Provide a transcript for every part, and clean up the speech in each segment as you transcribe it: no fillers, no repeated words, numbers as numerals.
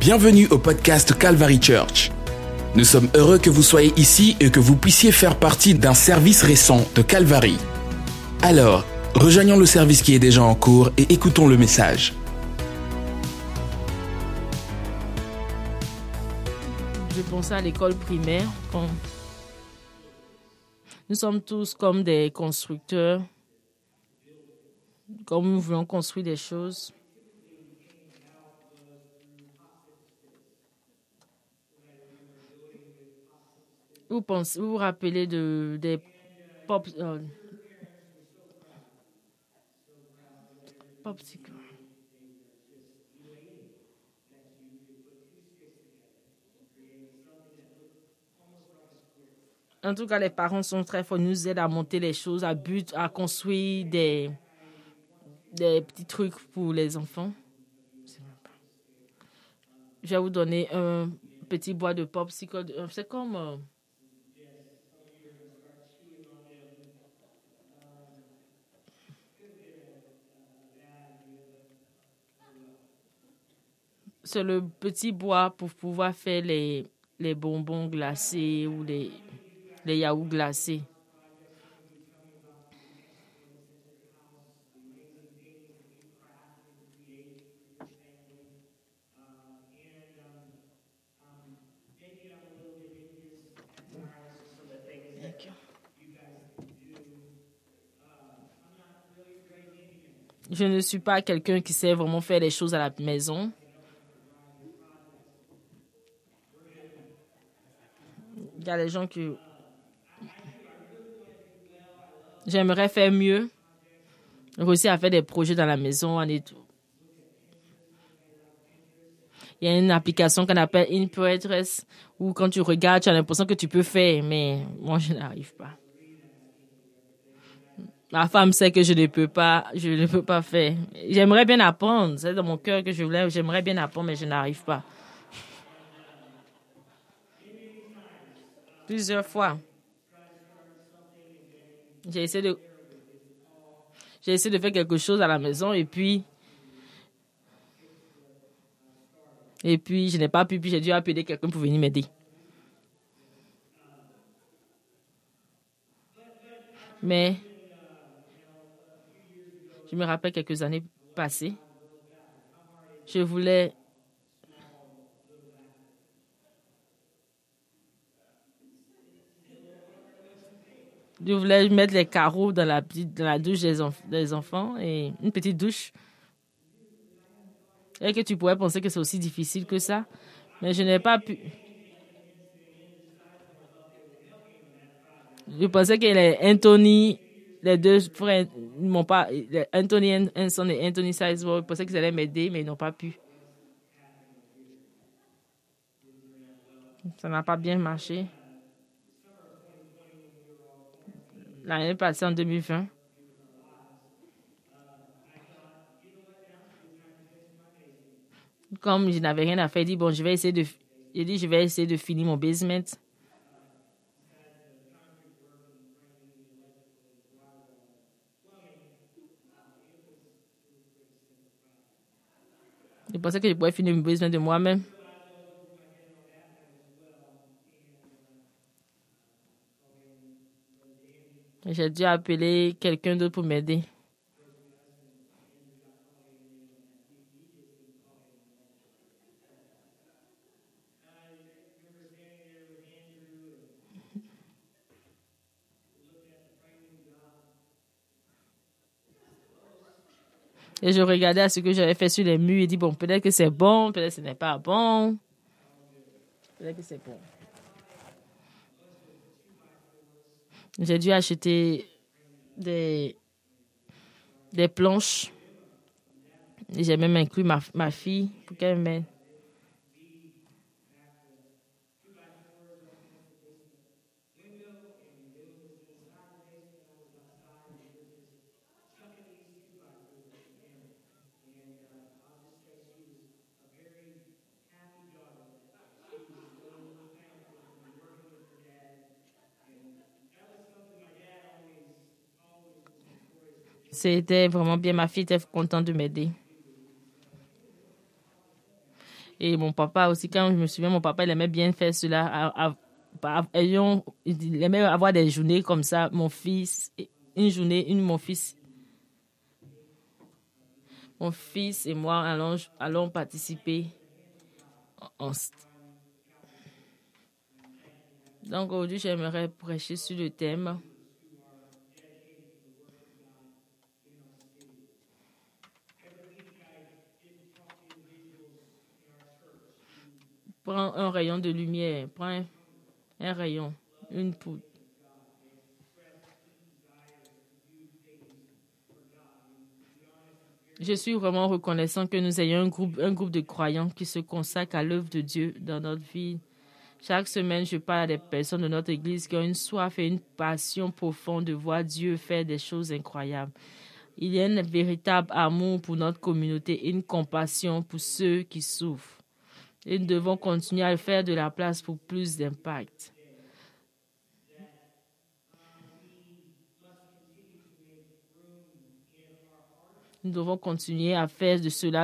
Bienvenue au podcast Calvary Church. Nous sommes heureux que vous soyez ici et que vous puissiez faire partie d'un service récent de Calvary. Alors, rejoignons le service qui est déjà en cours et écoutons le message. Je pensais à l'école primaire. Quand nous sommes tous comme des constructeurs, comme nous voulons construire des choses. Vous vous rappelez des popsicles. En tout cas, les parents sont très forts, ils nous aident à monter les choses, à construire des petits trucs pour les enfants. Je vais vous donner un petit bois de popsicle. C'est comme... c'est le petit bois pour pouvoir faire les bonbons glacés ou les yaourts glacés. Je ne suis pas quelqu'un qui sait vraiment faire les choses à la maison. Il y a des gens que j'aimerais faire mieux. Réussir à faire des projets dans la maison et tout. Il y a une application qu'on appelle Pinterest où quand tu regardes, tu as l'impression que tu peux faire, mais moi, je n'arrive pas. Ma femme sait que je ne peux pas faire. J'aimerais bien apprendre. C'est dans mon cœur que j'aimerais bien apprendre, mais je n'arrive pas. Plusieurs fois. J'ai essayé de faire quelque chose à la maison et puis je n'ai pas pu, puis j'ai dû appeler quelqu'un pour venir m'aider. Mais je me rappelle quelques années passées, je voulais mettre les carreaux dans la douche des enfants et une petite douche. Et que tu pourrais penser que c'est aussi difficile que ça, mais je n'ai pas pu. Je pensais que les deux frères n'ont pas, Anthony Henson et Anthony Sizemore, je pensais qu'ils allaient m'aider, mais ils n'ont pas pu. Ça n'a pas bien marché. L'année passée, en 2020. Comme je n'avais rien à faire, j'ai dit, je vais essayer de finir mon basement. Je pensais que je pourrais finir mon basement de moi-même. J'ai dû appeler quelqu'un d'autre pour m'aider. Et je regardais à ce que j'avais fait sur les murs et dit, bon, peut-être que c'est bon, peut-être que ce n'est pas bon. Peut-être que c'est bon. J'ai dû acheter des planches. Et j'ai même inclus ma fille pour qu'elle m'aide. C'était vraiment bien. Ma fille était contente de m'aider. Et mon papa aussi, quand je me souviens, mon papa, il aimait bien faire cela. Il aimait avoir des journées comme ça. Mon fils, mon fils et moi allons participer. Donc aujourd'hui, j'aimerais prêcher sur le thème prends un rayon de lumière, prends un rayon, une poudre. Je suis vraiment reconnaissant que nous ayons un groupe de croyants qui se consacrent à l'œuvre de Dieu dans notre vie. Chaque semaine, je parle à des personnes de notre Église qui ont une soif et une passion profonde de voir Dieu faire des choses incroyables. Il y a un véritable amour pour notre communauté et une compassion pour ceux qui souffrent. Et nous devons continuer à faire de la place pour plus d'impact. Nous devons continuer à faire de cela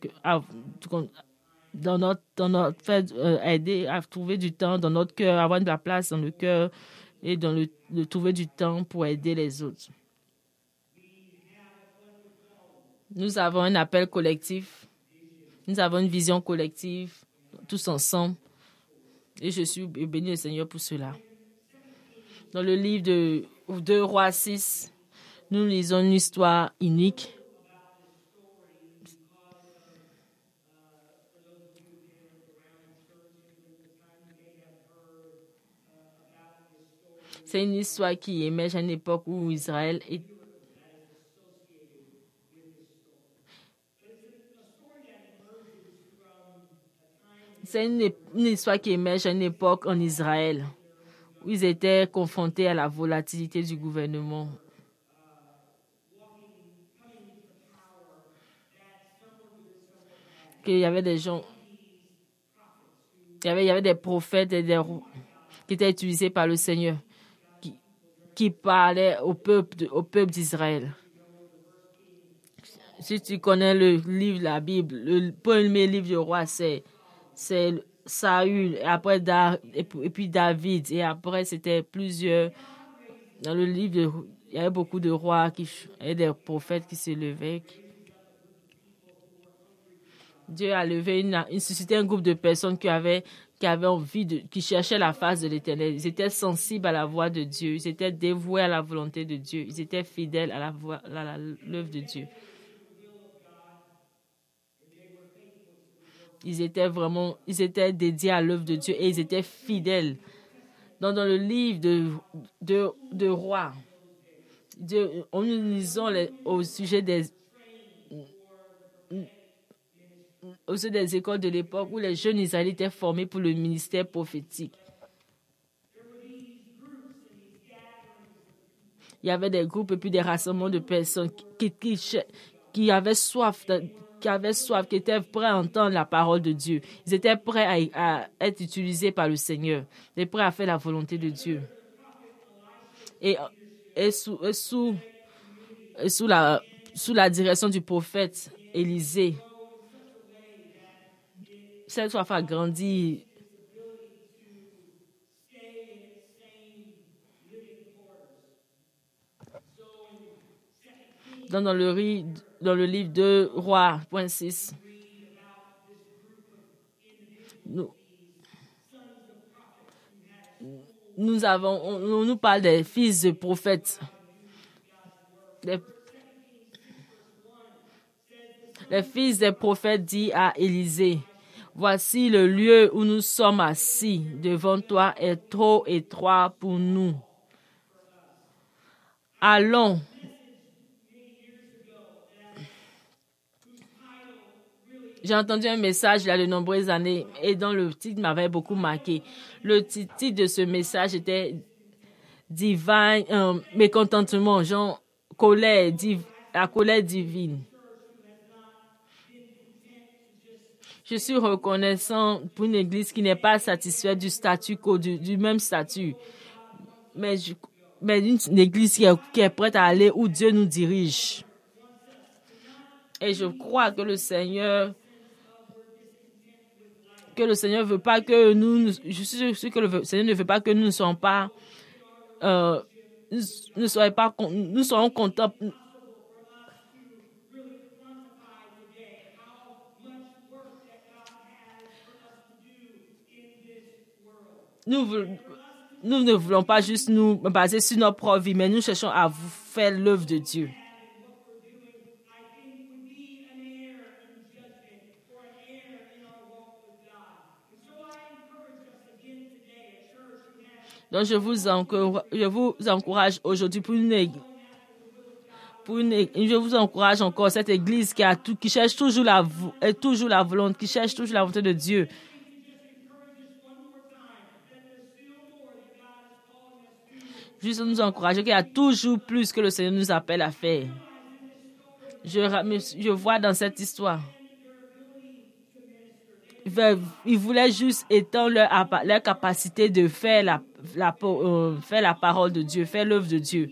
aider à trouver du temps dans notre cœur, avoir de la place dans le cœur et de trouver du temps pour aider les autres. Nous avons un appel collectif. Nous avons une vision collective, tous ensemble. Et je suis béni le Seigneur pour cela. Dans le livre de 2 Rois 6, nous lisons une histoire unique. C'est une histoire qui émerge à une époque où Israël est... C'est une histoire qui émerge à une époque en Israël où ils étaient confrontés à la volatilité du gouvernement. Qu'il y avait des gens... Il y avait des prophètes et qui étaient utilisés par le Seigneur qui parlaient au peuple d'Israël. Si tu connais le livre de la Bible, le premier livre du roi, c'est Saül, et puis David, et après c'était plusieurs. Dans le livre, il y avait beaucoup de rois et des prophètes qui se levaient. Dieu a levé suscité un groupe de personnes qui avaient envie qui cherchaient la face de l'Éternel. Ils étaient sensibles à la voix de Dieu. Ils étaient dévoués à la volonté de Dieu. Ils étaient fidèles à l'œuvre de Dieu. Ils étaient dédiés à l'œuvre de Dieu et ils étaient fidèles. Dans le livre de Rois, nous lisons au sujet des écoles de l'époque où les jeunes Israélites étaient formés pour le ministère prophétique. Il y avait des groupes et puis des rassemblements de personnes qui avaient soif, qui étaient prêts à entendre la parole de Dieu. Ils étaient prêts à être utilisés par le Seigneur. Ils étaient prêts à faire la volonté de Dieu. Et sous la direction du prophète Élisée, cette soif a grandi. Dans le livre de Rois, point 6, on nous parle des fils de prophètes. Les fils des prophètes disent à Élisée, voici le lieu où nous sommes assis devant toi est trop étroit pour nous. Allons. J'ai entendu un message il y a de nombreuses années et dont le titre m'avait beaucoup marqué. Le titre de ce message était Divine mécontentement, genre la colère divine. Je suis reconnaissant pour une église qui n'est pas satisfaite du statu quo, du même statut, mais une église qui est prête à aller où Dieu nous dirige. Et je crois que le Seigneur que le Seigneur ne veut pas que nous... Je suis sûr que le Seigneur ne veut pas que nous ne soyons pas... nous serons contents. Nous ne voulons pas juste nous baser sur notre propre vie, mais nous cherchons à vous faire l'œuvre de Dieu. Donc, je vous encourage aujourd'hui je vous encourage encore cette église qui cherche toujours la volonté, qui cherche toujours la volonté de Dieu. Juste nous encourager qu'il y a toujours plus que le Seigneur nous appelle à faire. Je vois dans cette histoire. Ils voulaient juste étendre leur capacité de faire faire la parole de Dieu, faire l'œuvre de Dieu.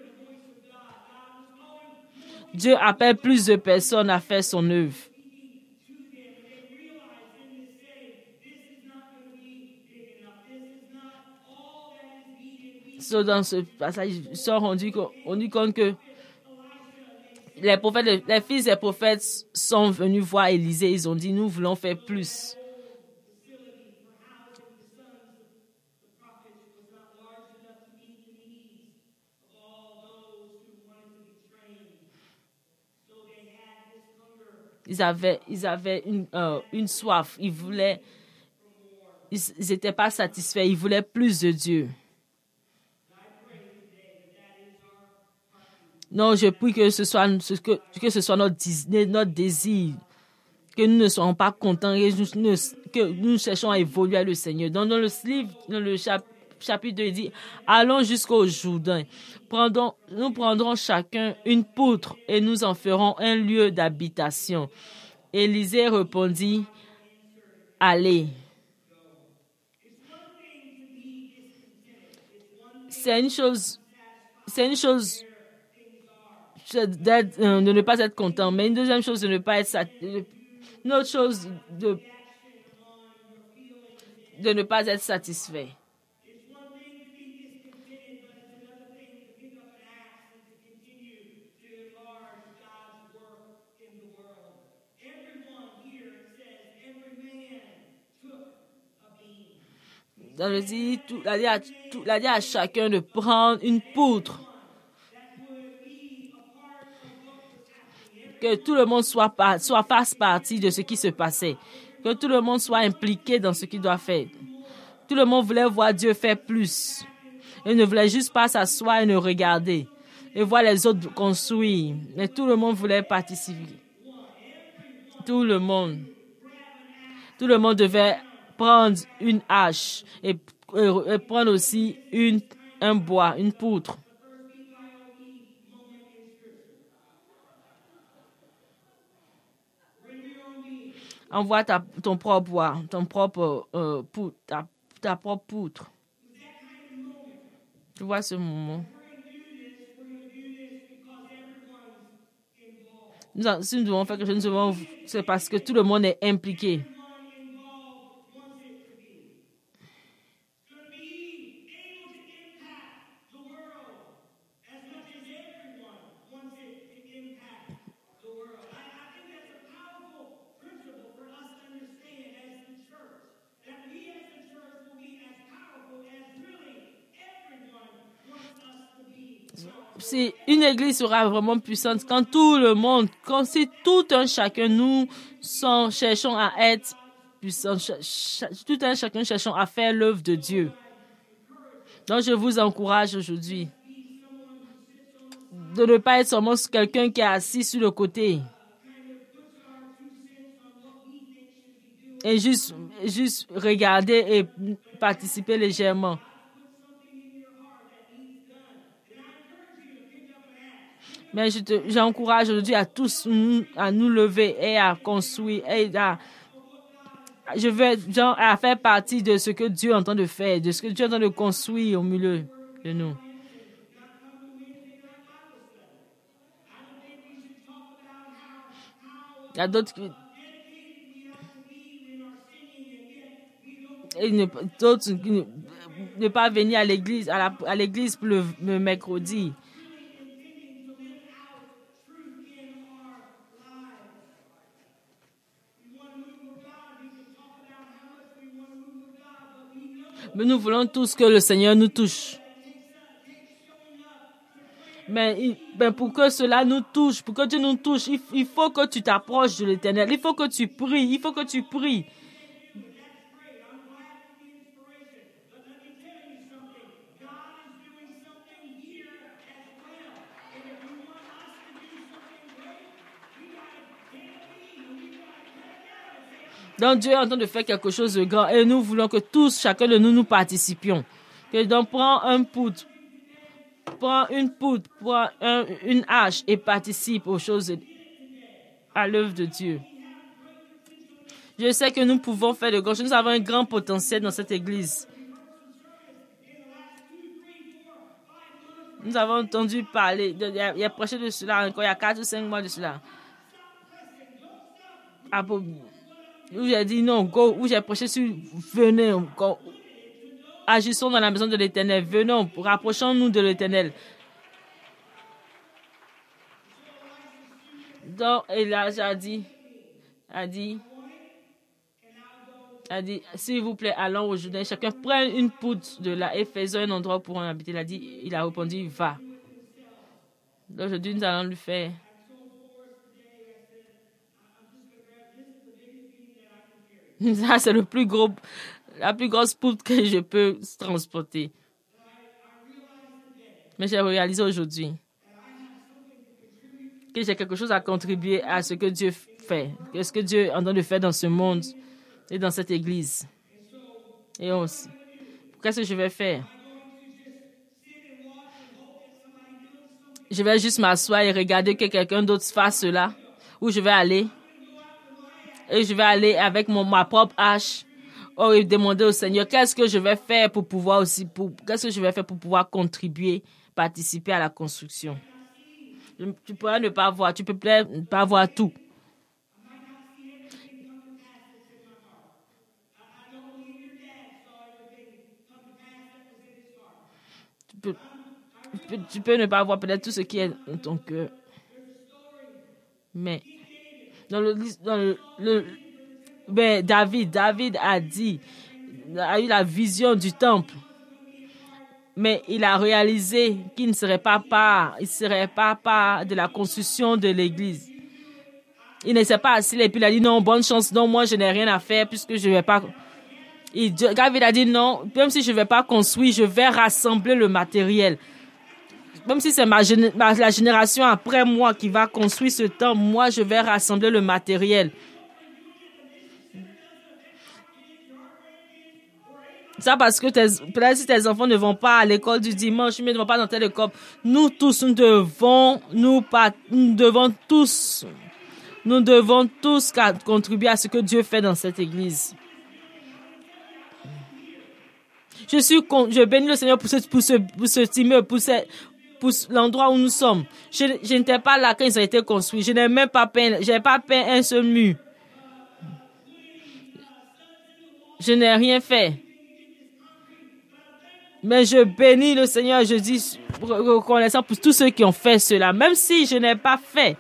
Dieu appelle plus de personnes à faire son œuvre. Dans ce passage, ils sont rendus compte que les fils des prophètes sont venus voir Élisée. Ils ont dit, nous voulons faire plus. Ils avaient une soif. Ils n'étaient pas satisfaits. Ils voulaient plus de Dieu. Non, je prie que ce soit notre désir, que nous ne soyons pas contents, que nous cherchons à évoluer à le Seigneur. Dans le livre, dans le chapitre 2, il dit, allons jusqu'au Jourdain. Nous prendrons chacun une poutre et nous en ferons un lieu d'habitation. Élisée répondit, allez. C'est une chose de ne pas être content, mais une deuxième chose de ne pas être une autre chose de ne pas être satisfait. Ça veut dire, il a dit à chacun de prendre une poutre. Que tout le monde fasse partie de ce qui se passait. Que tout le monde soit impliqué dans ce qu'il doit faire. Tout le monde voulait voir Dieu faire plus. Il ne voulait juste pas s'asseoir et ne regarder. Et voir les autres construire. Mais tout le monde voulait participer. Tout le monde devait prendre une hache et prendre aussi un bois, une poutre. Envoie ton propre bois, ta propre poutre. Tu vois ce moment. Si nous devons faire quelque chose, c'est parce que tout le monde est impliqué. Si une église sera vraiment puissante quand si tout un chacun, cherchons à être puissants, tout un chacun cherchons à faire l'œuvre de Dieu. Donc je vous encourage aujourd'hui de ne pas être seulement quelqu'un qui est assis sur le côté et juste regarder et participer légèrement. Mais j'encourage aujourd'hui à tous à nous lever et à construire et à faire partie de ce que Dieu est en train de faire, de ce que Dieu est en train de construire au milieu de nous. Il y a d'autres qui... et d'autres ne pas venir à l'église, à l'église pour le mercredi. Mais nous voulons tous que le Seigneur nous touche. Mais pour que cela nous touche, pour que Dieu nous touche, il faut que tu t'approches de l'Éternel. Il faut que tu pries. Il faut que tu pries. Donc Dieu est en train de faire quelque chose de grand et nous voulons que tous, chacun de nous participions. Que donc prends un poutre, prends une poutre, prends une hache et participe aux choses, à l'œuvre de Dieu. Je sais que nous pouvons faire de grandes choses. Nous avons un grand potentiel dans cette église. Nous avons entendu parler, il y a prêché de cela encore, il y a 4 ou 5 mois de cela. Où j'ai dit non, go, où j'ai prêché sur venez, go, agissons dans la maison de l'Éternel, venons, rapprochons-nous de l'Éternel. Donc, Elijah a dit, s'il vous plaît, allons au Jourdain, chacun prenne une poutre de là et faisons un endroit pour en habiter. Il a répondu, va. Donc, aujourd'hui, nous allons le faire. Ça, c'est la plus grosse poutre que je peux transporter. Mais j'ai réalisé aujourd'hui que j'ai quelque chose à contribuer à ce que Dieu fait. Ce que Dieu est en train de faire dans ce monde et dans cette église. Et aussi, qu'est-ce que je vais faire? Je vais juste m'asseoir et regarder que quelqu'un d'autre fasse cela. Où je vais aller? Et je vais aller avec ma propre hache. Et demander au Seigneur, qu'est-ce que je vais faire pour pouvoir contribuer, participer à la construction. Tu pourras ne pas voir, tu peux ne pas voir tout. Tu peux ne pas voir peut-être tout ce qui est dans ton cœur. Mais David a eu la vision du temple. Mais il a réalisé qu'il ne serait pas part de la construction de l'église. Il ne s'est pas assis et puis il a dit non, bonne chance, non, moi je n'ai rien à faire puisque je ne vais pas. David a dit non, même si je ne vais pas construire, je vais rassembler le matériel. Même si c'est la génération après moi qui va construire ce temple, moi je vais rassembler le matériel. Ça parce que peut-être si tes enfants ne vont pas à l'école du dimanche, mais ne vont pas dans telle école, nous tous, nous devons tous contribuer à ce que Dieu fait dans cette église. Je bénis le Seigneur pour ce immeuble, pour l'endroit où nous sommes. Je n'étais pas là quand ils ont été construits. Je n'ai même pas peint, j'ai pas peint un seul mur. Je n'ai rien fait. Mais je bénis le Seigneur, je dis reconnaissant pour tous ceux qui ont fait cela, même si je n'ai pas fait.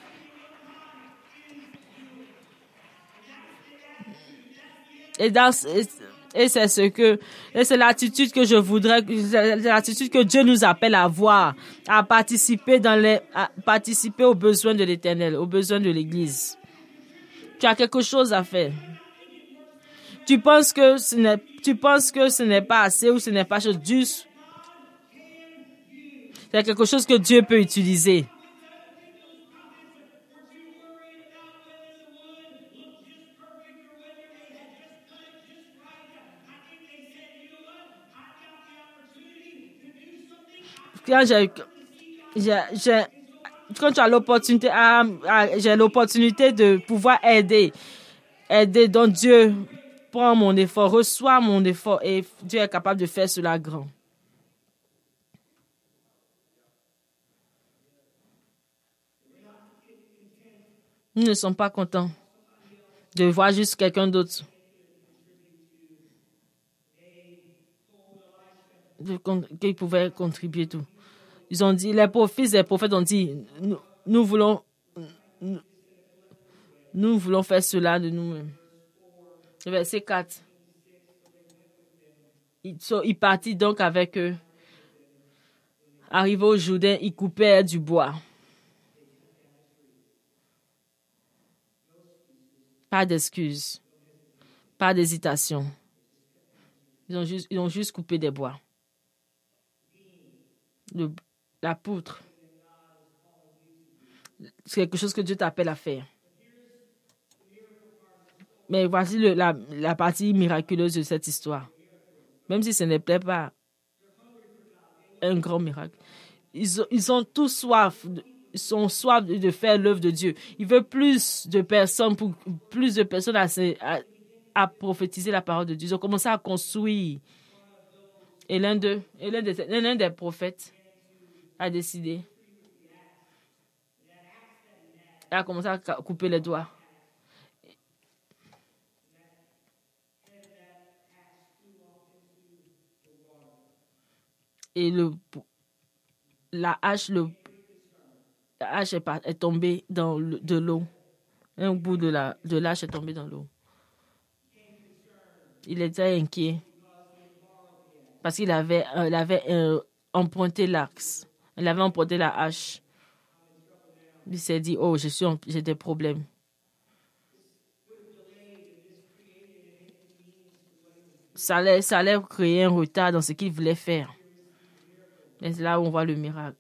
Et c'est l'attitude que je voudrais, l'attitude que Dieu nous appelle à avoir, à participer aux besoins de l'Éternel, aux besoins de l'Église. Tu as quelque chose à faire. Tu penses que ce n'est pas assez ou ce n'est pas juste. C'est quelque chose que Dieu peut utiliser. Quand tu as l'opportunité, j'ai l'opportunité de pouvoir aider, donc Dieu prend mon effort, reçoit mon effort et Dieu est capable de faire cela grand. Nous ne sommes pas contents de voir juste quelqu'un d'autre qu'ils pouvaient contribuer tout. Ils ont dit, les prophètes ont dit, nous voulons faire cela de nous-mêmes. Le verset 4. Ils partirent donc avec eux. Arrivés au Jourdain, ils coupèrent du bois. Pas d'excuses, pas d'hésitation. Ils ont juste coupé des bois. La poutre. C'est quelque chose que Dieu t'appelle à faire. Mais voici la partie miraculeuse de cette histoire. Même si ce n'est peut-être pas un grand miracle. Ils ont tous soif. Ils sont soif de faire l'œuvre de Dieu. Ils veulent plus de personnes à prophétiser la parole de Dieu. Ils ont commencé à construire. Et l'un des prophètes a décidé. Il a commencé à couper les doigts. Et la hache est tombée de l'eau. Un bout de l'hache est tombé dans l'eau. Il était inquiet parce qu'il avait emprunté l'axe. Il avait emprunté la hache. Il s'est dit, oh, j'ai des problèmes. Ça allait créer un retard dans ce qu'il voulait faire. Et c'est là où on voit le miracle.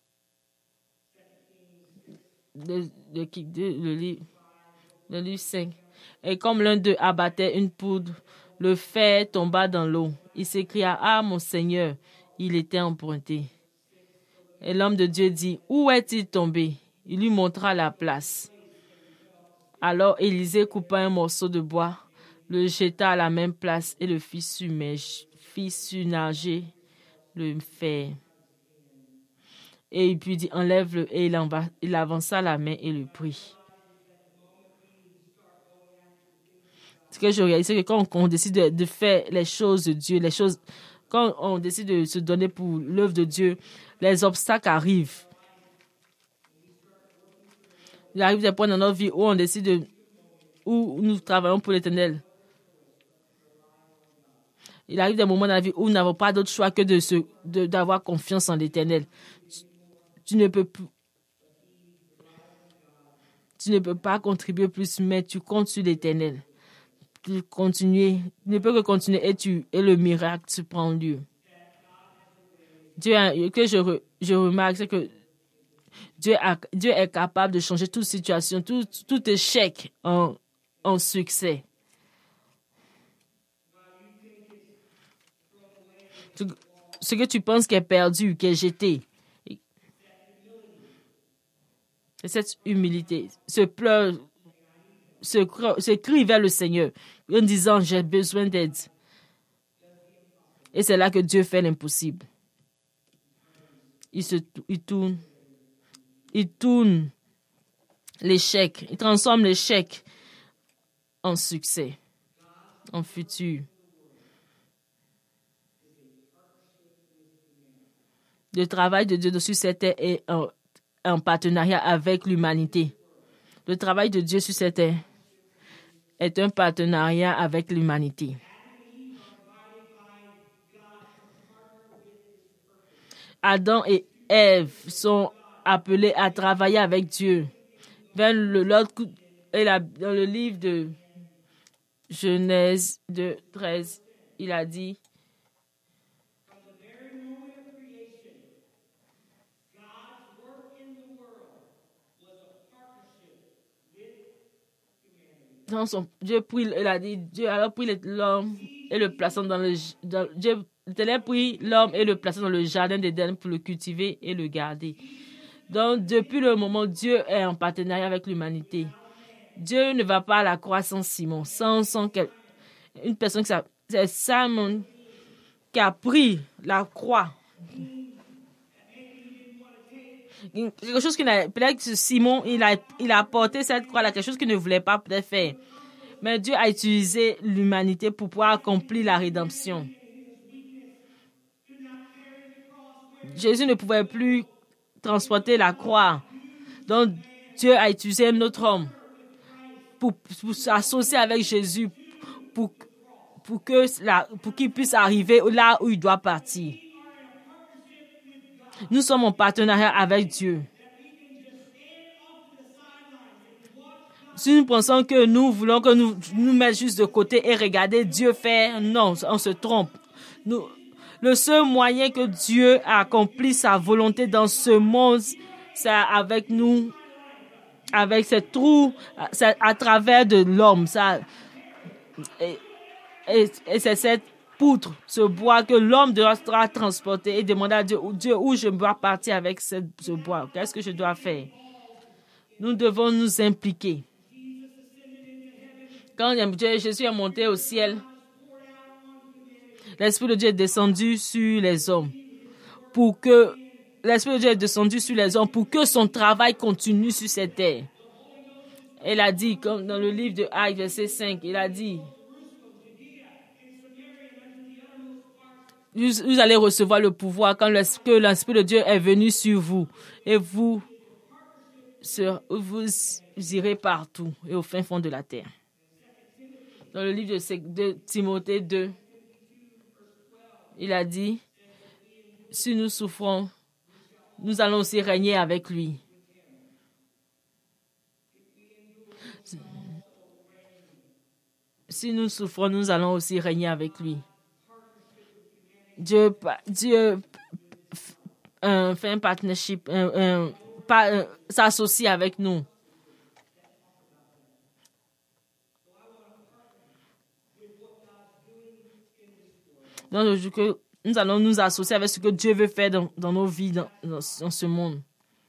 Le livre 5. Et comme l'un d'eux abattait une poudre, le fer tomba dans l'eau. Il s'écria, ah, mon Seigneur, il était emprunté. Et l'homme de Dieu dit, où est-il tombé? Il lui montra la place. Alors Élisée coupa un morceau de bois, le jeta à la même place et le fit submerger le fer. Et il puis dit, enlève-le. Et il avança la main et le prit. Ce que je réalise, c'est que quand on décide de faire les choses de Dieu, quand on décide de se donner pour l'œuvre de Dieu, les obstacles arrivent. Il arrive des points dans notre vie où on décide où nous travaillons pour l'Éternel. Il arrive des moments dans la vie où nous n'avons pas d'autre choix que d'avoir confiance en l'Éternel. Tu ne peux pas contribuer plus, mais tu comptes sur l'Éternel. Tu ne peux que continuer et le miracle se prend lieu. Je remarque, c'est que Dieu est capable de changer toute situation, tout échec en succès. Ce que tu penses qui est perdu, qui est jeté. Et cette humilité, ce cri vers le Seigneur en disant j'ai besoin d'aide. Et c'est là que Dieu fait l'impossible. Il tourne l'échec, il transforme l'échec en succès, en futur. Le travail de Dieu sur cette terre est en partenariat avec l'humanité. Le travail de Dieu sur cette terre est un partenariat avec l'humanité. Adam et Ève sont appelés à travailler avec Dieu. Dans le livre de Genèse 2:13, il a dit Dieu alors prit l'homme et le plaçant dans le jardin d'Éden pour le cultiver et le garder. Donc, depuis le moment, Dieu est en partenariat avec l'humanité. Dieu ne va pas à la croix sans Simon, une personne c'est Simon qui a pris la croix. Quelque chose peut-être que Simon, il a porté cette croix-là, quelque chose qu'il ne voulait pas peut-être faire. Mais Dieu a utilisé l'humanité pour pouvoir accomplir la rédemption. Jésus ne pouvait plus transporter la croix. Donc, Dieu a utilisé un autre homme pour s'associer avec Jésus, pour qu'il puisse arriver là où il doit partir. Nous sommes en partenariat avec Dieu. Si nous pensons que nous voulons que nous mettre juste de côté et regarder Dieu faire, non, on se trompe. Le seul moyen que Dieu a accompli sa volonté dans ce monde, c'est avec nous, avec cette trou, c'est à travers de l'homme. Et c'est cette poutre, ce bois que l'homme doit transporter et demander à Dieu, où je dois partir avec ce bois. Qu'est-ce que je dois faire? Nous devons nous impliquer. Quand Jésus est monté au ciel, l'Esprit de Dieu est descendu sur les hommes l'Esprit de Dieu est descendu sur les hommes pour que son travail continue sur cette terre. Il a dit, comme dans le livre de Actes, verset 5, il a dit, vous allez recevoir le pouvoir quand l'Esprit de Dieu est venu sur vous et vous irez partout et au fin fond de la terre. Dans le livre de Timothée 2, il a dit, si nous souffrons, nous allons aussi régner avec lui. Si nous souffrons, nous allons aussi régner avec lui. Dieu fait un partnership, s'associe avec nous. Donc, nous allons nous associer avec ce que Dieu veut faire dans nos vies, dans ce monde.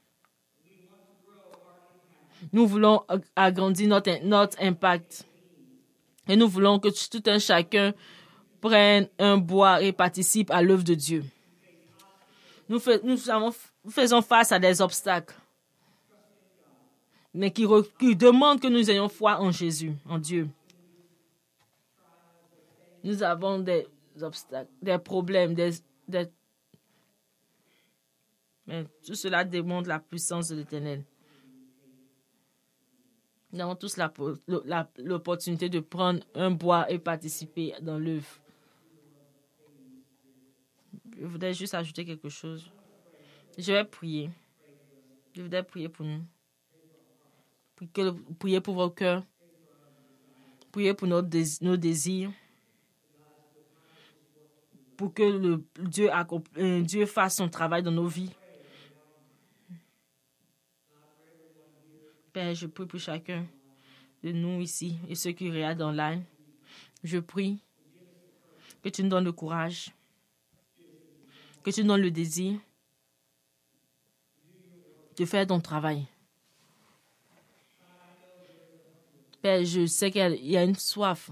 Nous voulons agrandir notre impact. Et nous voulons que tout un chacun prenne un bois et participe à l'œuvre de Dieu. Nous faisons face à des obstacles, mais qui demandent que nous ayons foi en Jésus, en Dieu. Nous avons des obstacles, des problèmes, mais tout cela démontre la puissance de l'Éternel. Nous avons tous l'opportunité de prendre un bois et participer dans l'œuvre. Je voudrais juste ajouter quelque chose. Je vais prier. Je voudrais prier pour nous. Prier pour vos cœurs. Prier pour nos désirs. Pour que Dieu fasse son travail dans nos vies. Père, je prie pour chacun de nous ici et ceux qui regardent online. Je prie que tu nous donnes le courage, que tu nous donnes le désir de faire ton travail. Père, je sais qu'il y a une soif.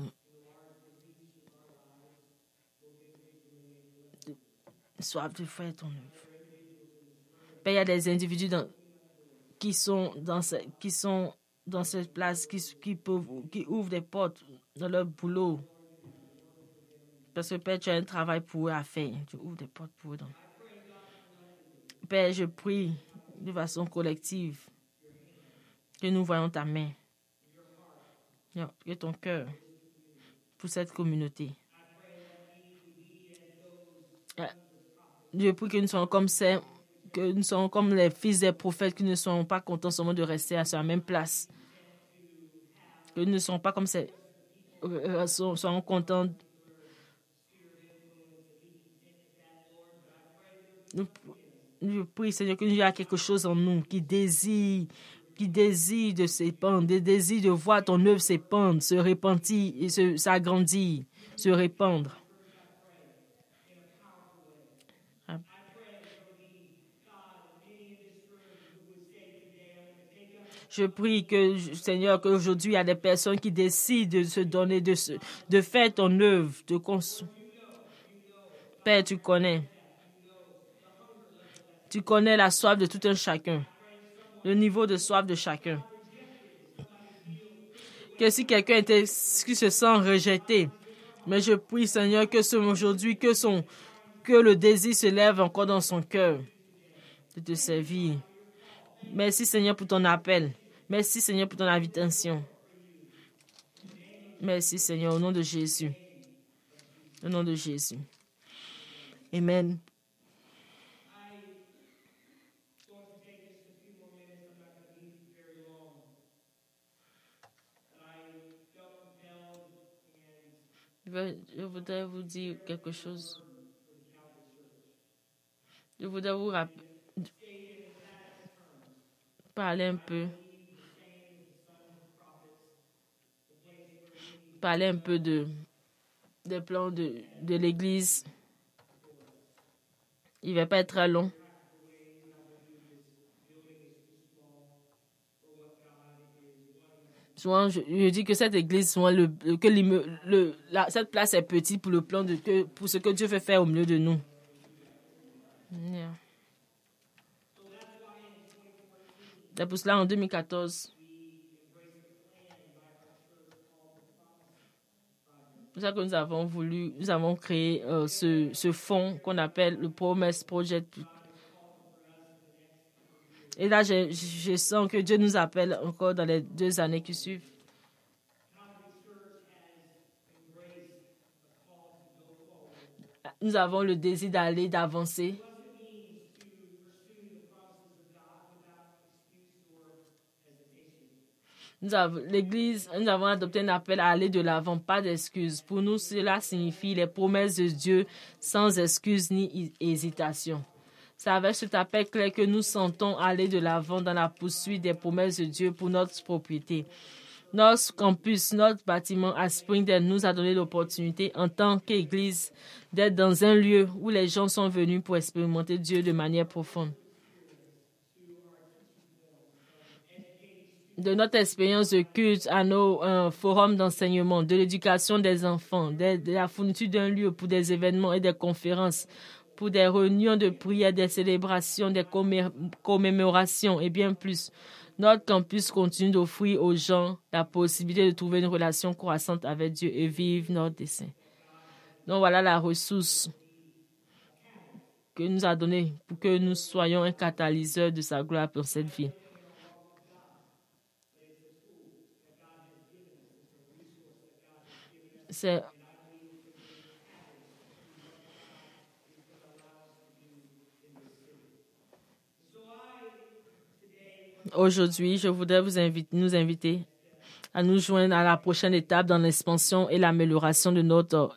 Soif de faire ton œuvre. Père, il y a des individus qui sont dans cette place, qui ouvrent des portes dans leur boulot. Parce que Père, tu as un travail pour eux à faire. Tu ouvres des portes pour eux. Père, je prie de façon collective que nous voyons ta main, que ton cœur pour cette communauté. Je prie que nous soyons comme les fils des prophètes qui ne sont pas contents seulement de rester à la même place. Que nous ne sommes pas comme ces... soyons contents. Je prie, Seigneur, qu'il y a quelque chose en nous qui désire de s'épandre, qui désire de voir ton œuvre s'épandre, se répandre et s'agrandir, se répandre. Je prie que, Seigneur, qu'aujourd'hui, il y a des personnes qui décident de se donner, de faire ton œuvre, de construire. Père, tu connais. Tu connais la soif de tout un chacun, le niveau de soif de chacun. Que si quelqu'un qui se sent rejeté, mais je prie, Seigneur, que aujourd'hui, que que le désir se lève encore dans son cœur de te servir. Merci Seigneur pour ton appel. Merci Seigneur pour ton invitation. Merci Seigneur au nom de Jésus. Au nom de Jésus. Amen. Je voudrais vous dire quelque chose. Je voudrais vous parler un peu. Parler un peu des plans de l'Église. Il ne va pas être très long. Souvent, je dis que cette église, souvent, cette place est petite pour le plan pour ce que Dieu veut faire au milieu de nous. Yeah. C'est pour cela, en 2014, c'est ça que nous avons créé ce fonds qu'on appelle le Promise Project. Et là, je sens que Dieu nous appelle encore dans les 2 années qui suivent. Nous avons le désir d'avancer. L'Église, nous avons adopté un appel à aller de l'avant, pas d'excuses. Pour nous, cela signifie les promesses de Dieu sans excuses ni hésitation. C'est avec cet appel clair que nous sentons aller de l'avant dans la poursuite des promesses de Dieu pour notre propriété. Notre campus, notre bâtiment à Springdale nous a donné l'opportunité en tant qu'Église d'être dans un lieu où les gens sont venus pour expérimenter Dieu de manière profonde. De notre expérience de culte à nos forums d'enseignement, de l'éducation des enfants, de la fourniture d'un lieu pour des événements et des conférences, pour des réunions de prière, des célébrations, des commémorations et bien plus. Notre campus continue d'offrir aux gens la possibilité de trouver une relation croissante avec Dieu et vivre notre dessein. Donc voilà la ressource que nous a donnée pour que nous soyons un catalyseur de sa gloire pour cette vie. Aujourd'hui, je voudrais nous inviter à nous joindre à la prochaine étape dans l'expansion et l'amélioration de notre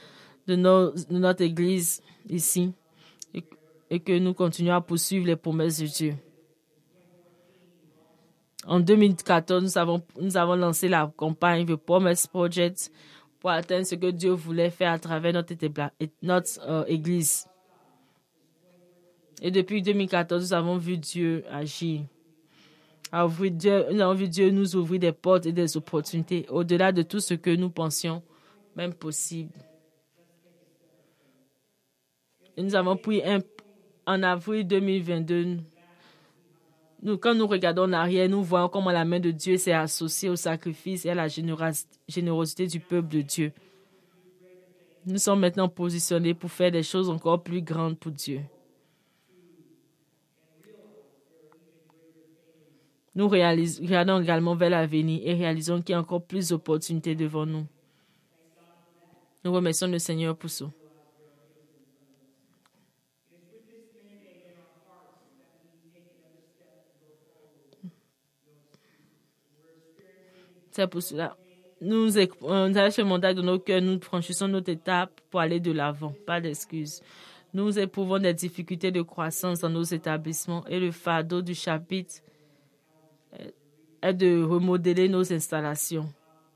Église ici et que nous continuons à poursuivre les promesses de Dieu. En 2014, nous avons lancé la campagne The Promise Project pour atteindre ce que Dieu voulait faire à travers notre Église. Et depuis 2014, nous avons vu Dieu agir. Nous avons vu Dieu nous ouvrir des portes et des opportunités au-delà de tout ce que nous pensions même possible. Et nous avons pris en avril 2022. Quand nous regardons en arrière, nous voyons comment la main de Dieu s'est associée au sacrifice et à la générosité du peuple de Dieu. Nous sommes maintenant positionnés pour faire des choses encore plus grandes pour Dieu. Nous regardons également vers l'avenir et réalisons qu'il y a encore plus d'opportunités devant nous. Nous remercions le Seigneur pour ça. C'est pour cela. Nous avons ce mandat dans nos cœurs, nous franchissons notre étape pour aller de l'avant, pas d'excuses. Nous éprouvons des difficultés de croissance dans nos établissements et le fardeau du chapitre est de remodeler nos installations.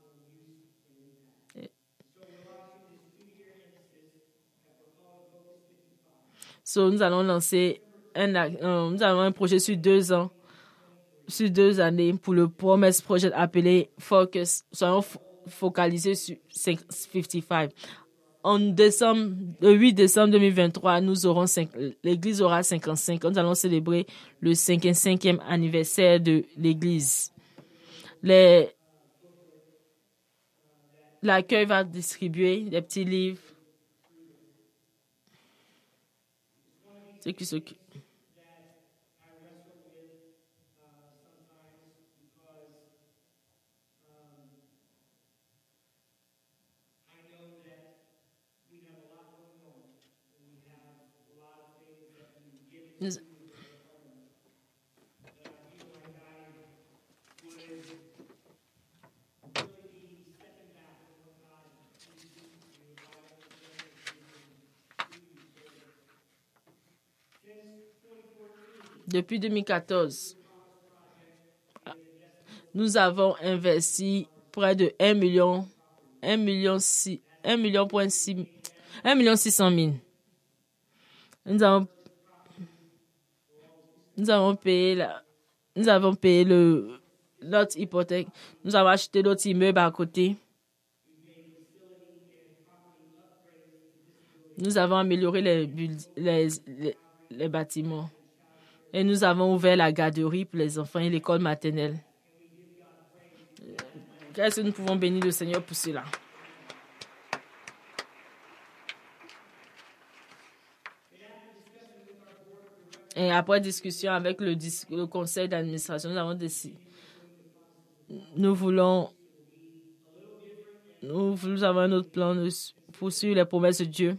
Nous allons lancer un projet sur 2 ans. Sur 2 années pour le Promise Project appelé Focus. Soyons focalisés sur 55. Le 8 décembre 2023, l'Église aura 55. Nous allons célébrer le 55e anniversaire de l'Église. L'accueil va distribuer des petits livres. Ceux qui s'occupent. Nous- Depuis 2014, nous avons investi près de 1 million, 1 million 6, 1 million point 6, 1 million 600 000. Nous avons payé notre hypothèque. Nous avons acheté d'autres immeubles à côté. Nous avons amélioré les bâtiments. Et nous avons ouvert la garderie pour les enfants et l'école maternelle. Qu'est-ce que nous pouvons bénir le Seigneur pour cela? Et après discussion avec le conseil d'administration, nous avons décidé. Nous avons un autre plan de poursuivre les promesses de Dieu.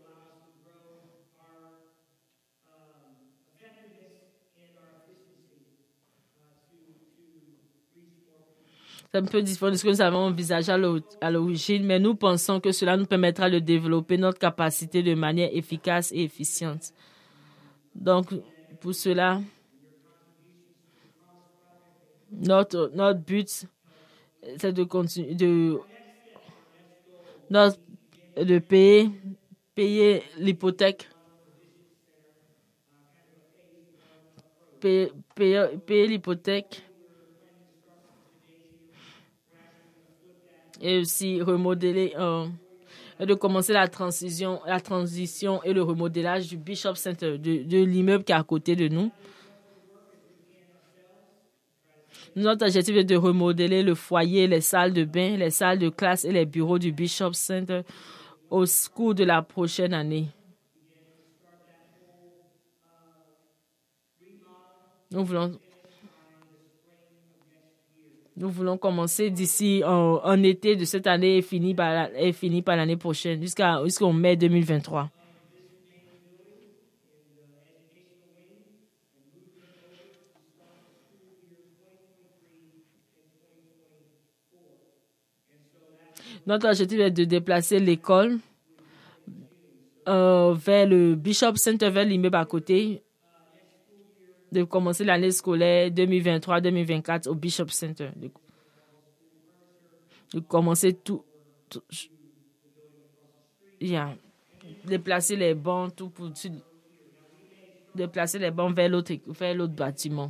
C'est un peu différent de ce que nous avons envisagé à l'origine, mais nous pensons que cela nous permettra de développer notre capacité de manière efficace et efficiente. Donc, pour cela, notre but, c'est de continuer de payer l'hypothèque, payer l'hypothèque et aussi remodeler et de commencer la transition et le remodelage du Bishop Center, de l'immeuble qui est à côté de nous. Notre objectif est de remodeler le foyer, les salles de bain, les salles de classe et les bureaux du Bishop Center au cours de la prochaine année. Nous voulons commencer d'ici en été de cette année et finir par l'année prochaine, jusqu'au mai 2023. Notre objectif est de déplacer l'école vers le Bishop Center, vers l'immeuble à côté, de commencer l'année scolaire 2023-2024 au Bishop Center. De commencer déplacer les bancs, déplacer les bancs vers l'autre bâtiment.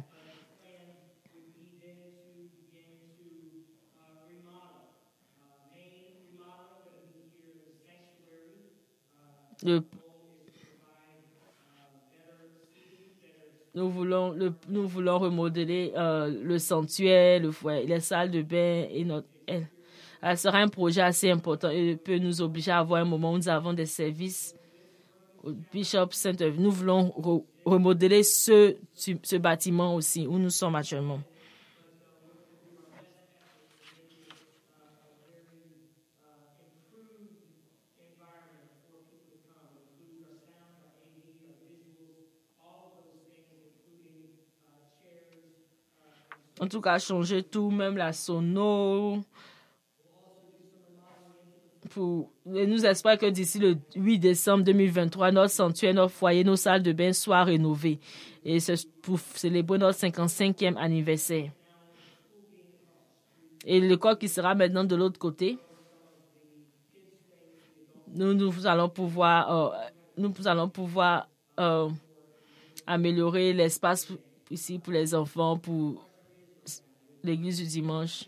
Nous voulons remodeler le sanctuaire, le foyer, les salles de bain et elle sera un projet assez important et peut nous obliger à avoir un moment où nous avons des services au Bishop Center. Nous voulons remodeler ce bâtiment aussi où nous sommes actuellement. En tout cas, changer tout, même la sono. Nous espérons que d'ici le 8 décembre 2023, notre sanctuaire, notre foyer, nos salles de bain soient rénovées. Et c'est pour célébrer notre 55e anniversaire. Et l'école qui sera maintenant de l'autre côté, nous allons pouvoir améliorer l'espace ici pour les enfants, pour l'église du dimanche.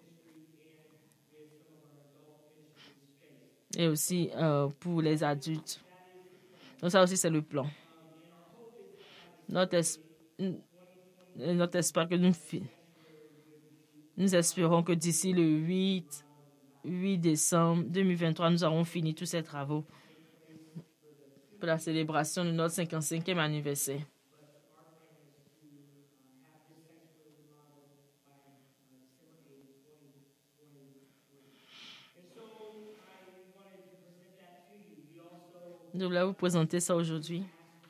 Et aussi pour les adultes. Donc ça aussi, c'est le plan. Notre espoir que nous espérons que d'ici le 8 décembre 2023, nous aurons fini tous ces travaux. pour la célébration de notre 55e anniversaire. Je voulais vous présenter ça aujourd'hui.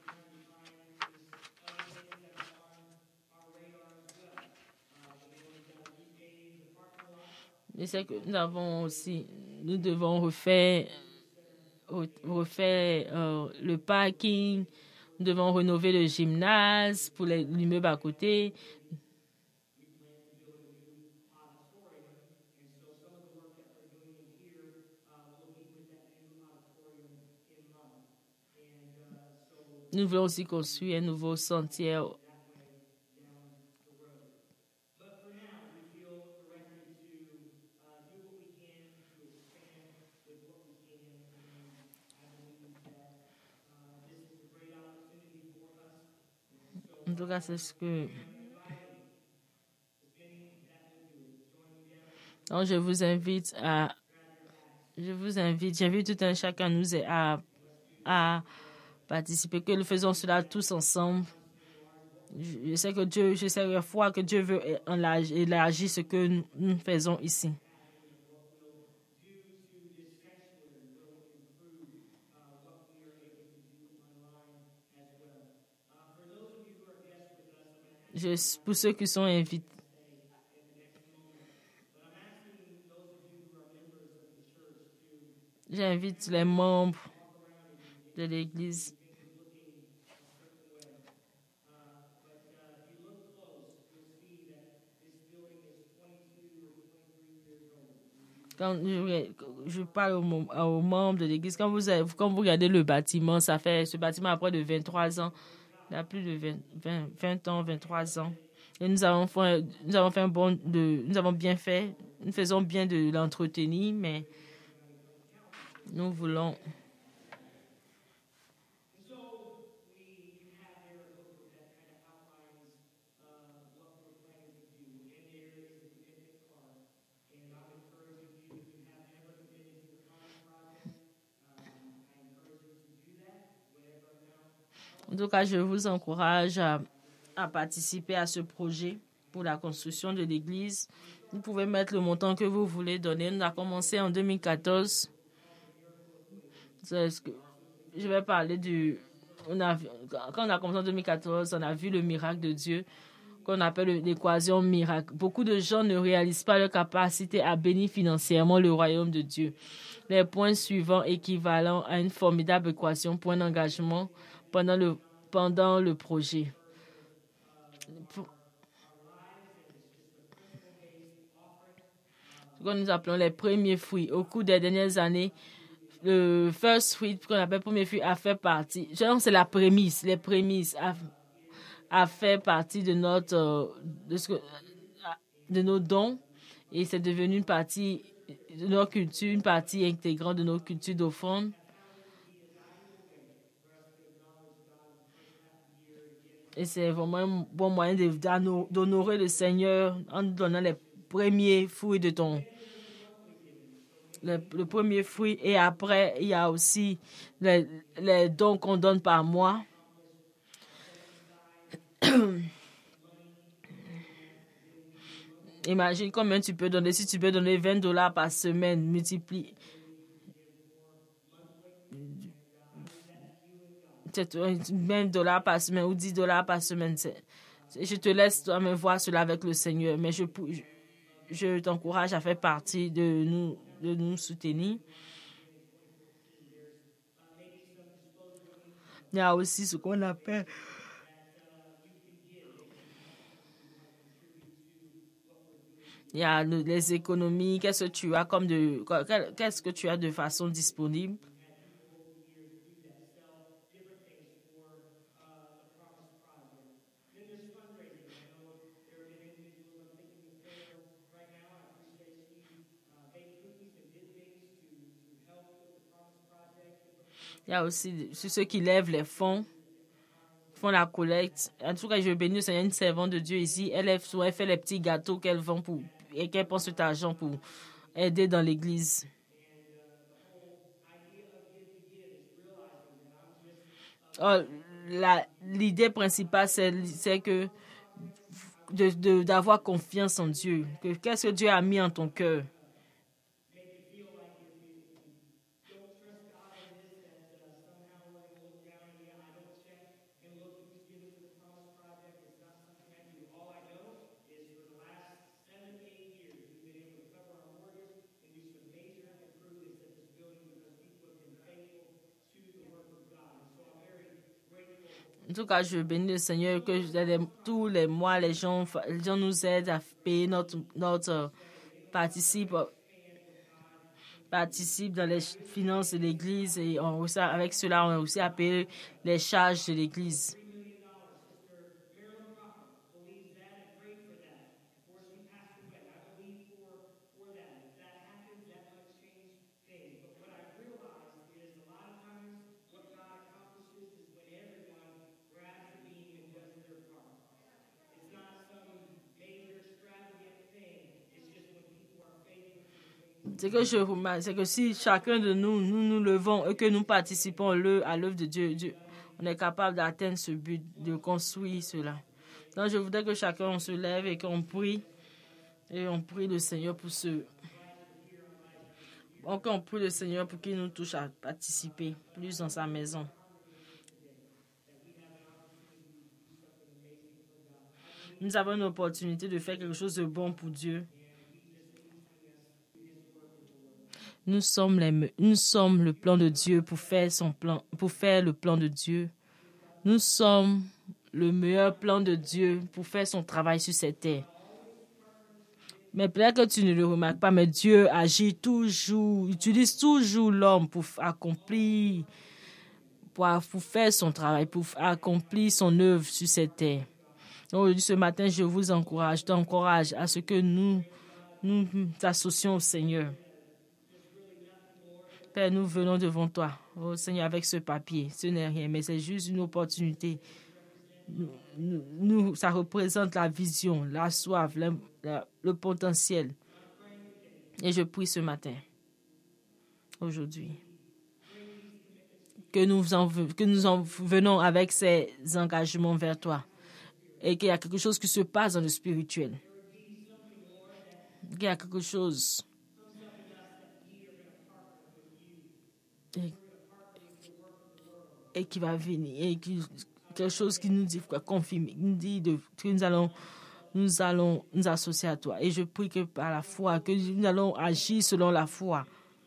Je sais que nous devons refaire le parking, nous devons rénover le gymnase pour l'immeuble à côté. Nous voulons aussi construire un nouveau sentier. En tout cas, c'est ce que... Donc, j'invite tout un chacun nous à participer, que nous faisons cela tous ensemble. Je sais la foi que Dieu veut élargir ce que nous faisons ici. Pour ceux qui sont invités, j'invite les membres de l'Église. Quand je parle aux membres de l'Église, quand vous regardez le bâtiment, ce bâtiment a près de 23 ans. Il a plus de 20 ans, 23 ans. Et nous avons bien fait, nous faisons bien de l'entretenir, mais nous voulons... En tout cas, je vous encourage à participer à ce projet pour la construction de l'église. Vous pouvez mettre le montant que vous voulez donner. On a commencé en 2014. Je vais parler quand on a commencé en 2014, on a vu le miracle de Dieu qu'on appelle l'équation miracle. Beaucoup de gens ne réalisent pas leur capacité à bénir financièrement le royaume de Dieu. Les points suivants équivalents à une formidable équation, point d'engagement pendant le projet. Ce que nous appelons les premiers fruits. Au cours des dernières années, le first fruit, qu'on appelle premier fruit, a fait partie. C'est la prémisse. Les prémices a fait partie de nos dons, et c'est devenu une partie de notre culture, une partie intégrante de notre culture d'offrande. Et c'est vraiment un bon moyen d'honorer le Seigneur en nous donnant les premiers fruits de le premier fruit. Et après, il y a aussi les dons qu'on donne par mois. Imagine combien tu peux donner. Si tu peux donner $20 par semaine, multiplie. $20 par semaine ou $10 par semaine. Je te laisse toi-même voir cela avec le Seigneur. Mais je t'encourage à faire partie de nous soutenir. Il y a aussi ce qu'on appelle les économies. Qu'est-ce que tu as de façon disponible? Il y a aussi ceux qui lèvent les fonds, font la collecte. En tout cas, je bénis le Seigneur, une servante de Dieu ici. Elle fait les petits gâteaux qu'elle vend et qu'elle prend cet argent pour aider dans l'église. l'idée principale, c'est que d'avoir confiance en Dieu. Qu'est-ce que Dieu a mis en ton cœur? En tout cas, je bénis le Seigneur que tous les mois, les gens nous aident à payer notre participe dans les finances de l'Église et avec cela, on a aussi à payer les charges de l'Église. Ce que je remarque, c'est que si chacun de nous levons et que nous participons à l'œuvre de Dieu, on est capable d'atteindre ce but, de construire cela. Donc, je voudrais que chacun se lève et qu'on prie. Et on prie le Seigneur pour qu'on prie le Seigneur pour qu'il nous touche à participer plus dans sa maison. Nous avons une opportunité de faire quelque chose de bon pour Dieu. Nous sommes le plan de Dieu pour faire le plan de Dieu. Nous sommes le meilleur plan de Dieu pour faire son travail sur cette terre. Mais peut-être que tu ne le remarques pas, mais Dieu agit toujours, utilise toujours l'homme pour faire son travail, pour accomplir son œuvre sur cette terre. Donc, ce matin, je vous encourage à ce que nous associons au Seigneur. Père, nous venons devant toi, oh Seigneur, avec ce papier. Ce n'est rien, mais c'est juste une opportunité. Ça représente la vision, la soif, le potentiel. Et je prie ce matin, aujourd'hui, que nous en venons avec ces engagements vers toi. Et qu'il y a quelque chose qui se passe dans le spirituel. Qu'il y a quelque chose et qui va venir, et quelque chose qui nous dit confirmer, nous dit que nous allons nous associer à toi. Et je prie que par la foi, que nous allons agir selon la foi.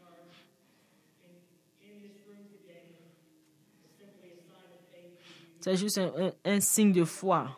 C'est juste un signe de foi.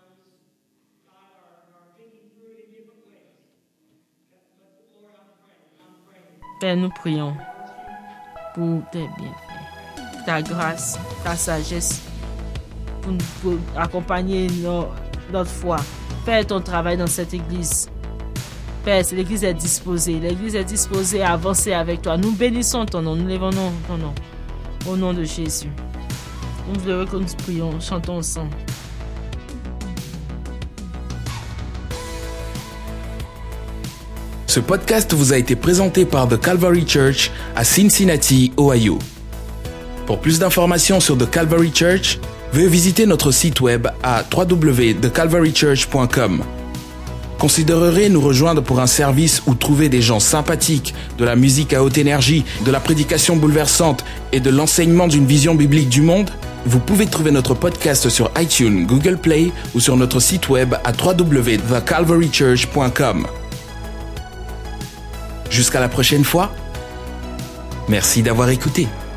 Père, nous prions pour tes bienfaits, ta grâce, ta sagesse, pour accompagner notre foi. Fais ton travail dans cette église. Père, l'église est disposée. L'église est disposée à avancer avec toi. Nous bénissons ton nom, nous levons ton nom. Au nom de Jésus. Nous voulons que nous prions, chantons ensemble. Ce podcast vous a été présenté par The Calvary Church à Cincinnati, Ohio. Pour plus d'informations sur The Calvary Church, veuillez visiter notre site web à www.thecalvarychurch.com. Considérerez nous rejoindre pour un service où trouver des gens sympathiques, de la musique à haute énergie, de la prédication bouleversante et de l'enseignement d'une vision biblique du monde? Vous pouvez trouver notre podcast sur iTunes, Google Play ou sur notre site web à www.thecalvarychurch.com. Jusqu'à la prochaine fois. Merci d'avoir écouté.